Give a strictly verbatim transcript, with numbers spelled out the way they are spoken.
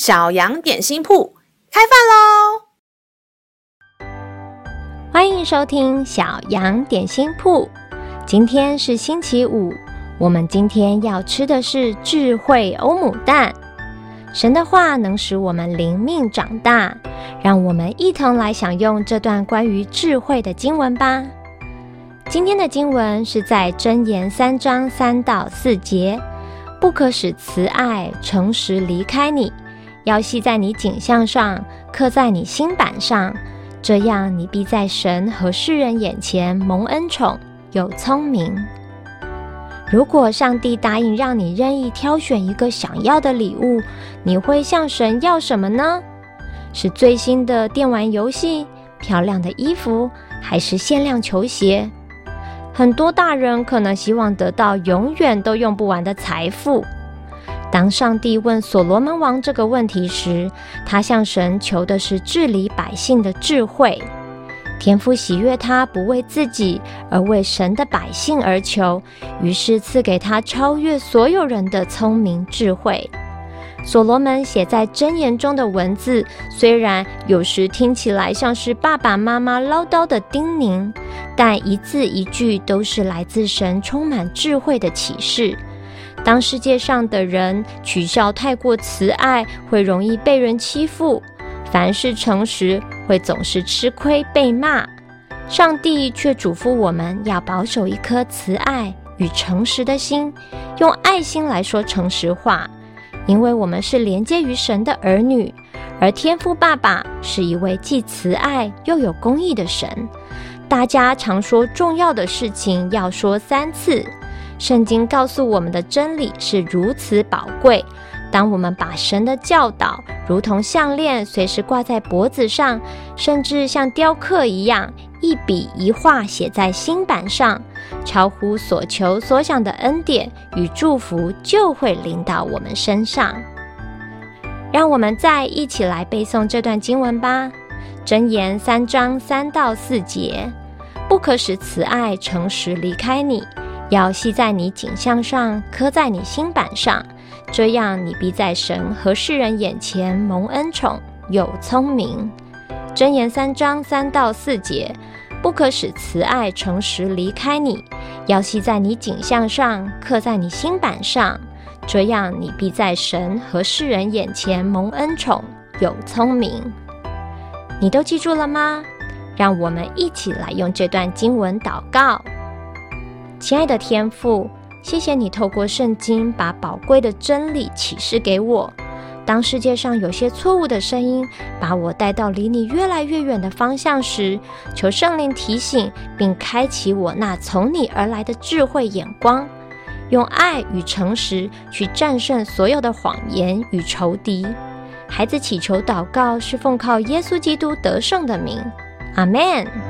小羊点心铺开饭喽！ 欢迎收听小羊点心铺。今天是星期五，我们今天要吃的是智慧欧姆蛋。神的话能使我们灵命长大，让我们一同来享用这段关于智慧的经文吧。今天的经文是在箴言三章三到四节，不可使慈爱、诚实离开你，要系在你颈项上，刻在你心板上，这样你必在神和世人眼前蒙恩宠，有聪明。如果上帝答应让你任意挑选一个想要的礼物，你会向神要什么呢？是最新的电玩游戏、漂亮的衣服，还是限量球鞋？很多大人可能希望得到永远都用不完的财富。当上帝问所罗门王这个问题时，他向神求的是治理百姓的智慧。天父喜悦他不为自己，而为神的百姓而求，于是赐给他超越所有人的聪明智慧。所罗门写在箴言中的文字，虽然有时听起来像是爸爸妈妈唠叨的叮咛，但一字一句都是来自神充满智慧的启示。当世界上的人取笑太过慈爱，会容易被人欺负；凡事诚实，会总是吃亏被骂。上帝却嘱咐我们要保守一颗慈爱与诚实的心，用爱心来说诚实话，因为我们是连接于神的儿女，而天父爸爸是一位既慈爱又有公义的神。大家常说重要的事情要说三次，圣经告诉我们的真理是如此宝贵。当我们把神的教导如同项链随时挂在脖子上，甚至像雕刻一样一笔一画写在心板上，超乎所求所想的恩典与祝福就会临到我们身上。让我们再一起来背诵这段经文吧。箴言三章三到四节，不可使慈爱、诚实离开你，要系在你颈项上，刻在你心板上，这样你必在神和世人眼前蒙恩宠，有聪明。箴言三章三到四节，不可使慈爱、诚实离开你，要系在你颈项上，刻在你心板上，这样你必在神和世人眼前蒙恩宠，有聪明。你都记住了吗？让我们一起来用这段经文祷告。亲爱的天父，谢谢你透过圣经把宝贵的真理启示给我。当世界上有些错误的声音把我带到离你越来越远的方向时，求圣灵提醒并开启我那从你而来的智慧眼光，用爱与诚实去战胜所有的谎言与仇敌。孩子祈求祷告是奉靠耶稣基督得胜的名，阿们。